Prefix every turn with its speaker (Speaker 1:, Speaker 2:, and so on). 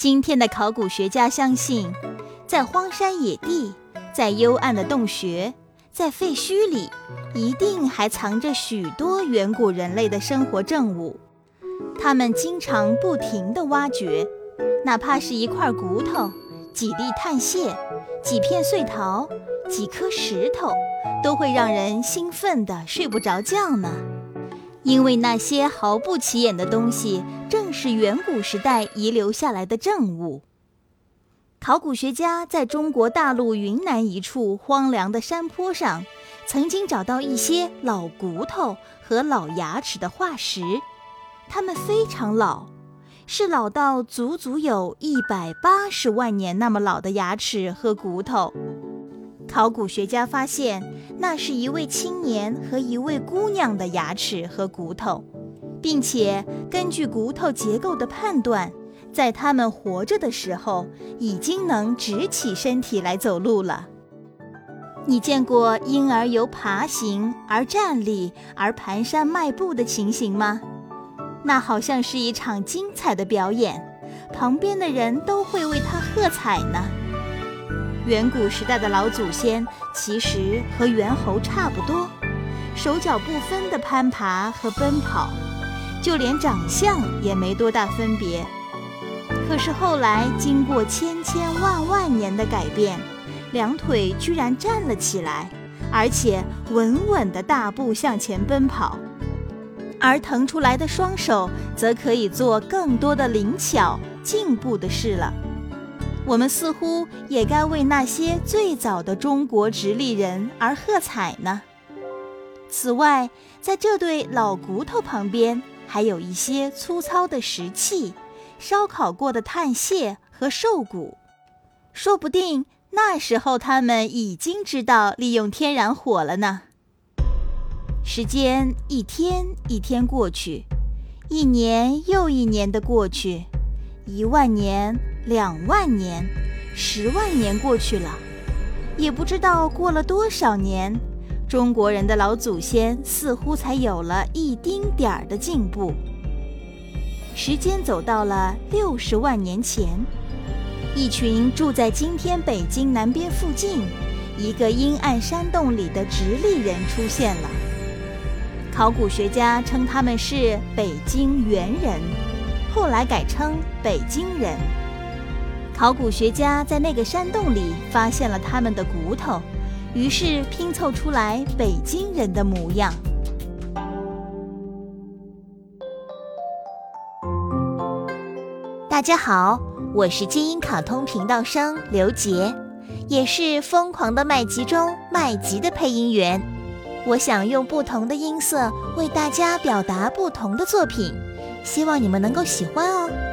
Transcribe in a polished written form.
Speaker 1: 今天的考古学家相信，在荒山野地，在幽暗的洞穴，在废墟里，一定还藏着许多远古人类的生活证物。他们经常不停地挖掘，哪怕是一块骨头、几粒碳屑、几片碎陶、几颗石头，都会让人兴奋地睡不着觉呢。因为那些毫不起眼的东西，正是远古时代遗留下来的证物。考古学家在中国大陆云南一处荒凉的山坡上，曾经找到一些老骨头和老牙齿的化石，它们非常老，是老到足足有180万年那么老的牙齿和骨头。考古学家发现，那是一位青年和一位姑娘的牙齿和骨头，并且根据骨头结构的判断，在他们活着的时候，已经能直起身体来走路了。你见过婴儿由爬行而站立而蹒跚迈步的情形吗？那好像是一场精彩的表演，旁边的人都会为他喝彩呢。远古时代的老祖先其实和猿猴差不多，手脚不分的攀爬和奔跑，就连长相也没多大分别。可是后来经过千万年的改变，两腿居然站了起来，而且稳稳地大步向前奔跑，而腾出来的双手则可以做更多的灵巧进步的事了。我们似乎也该为那些最早的中国直立人而喝彩呢。此外，在这对老骨头旁边，还有一些粗糙的石器、烧烤过的碳屑和兽骨，说不定那时候他们已经知道利用天然火了呢。时间一天一天过去，一年又一年的过去，1万年、2万年、10万年过去了，也不知道过了多少年，中国人的老祖先似乎才有了一丁点儿的进步。时间走到了60万年前，一群住在今天北京南边附近一个阴暗山洞里的直立人出现了。考古学家称他们是北京猿人，后来改称北京人。考古学家在那个山洞里发现了他们的骨头，于是拼凑出来北京人的模样。大家好，我是金鹰卡通频道生刘杰，也是疯狂的麦吉中麦吉的配音员。我想用不同的音色为大家表达不同的作品，希望你们能够喜欢哦。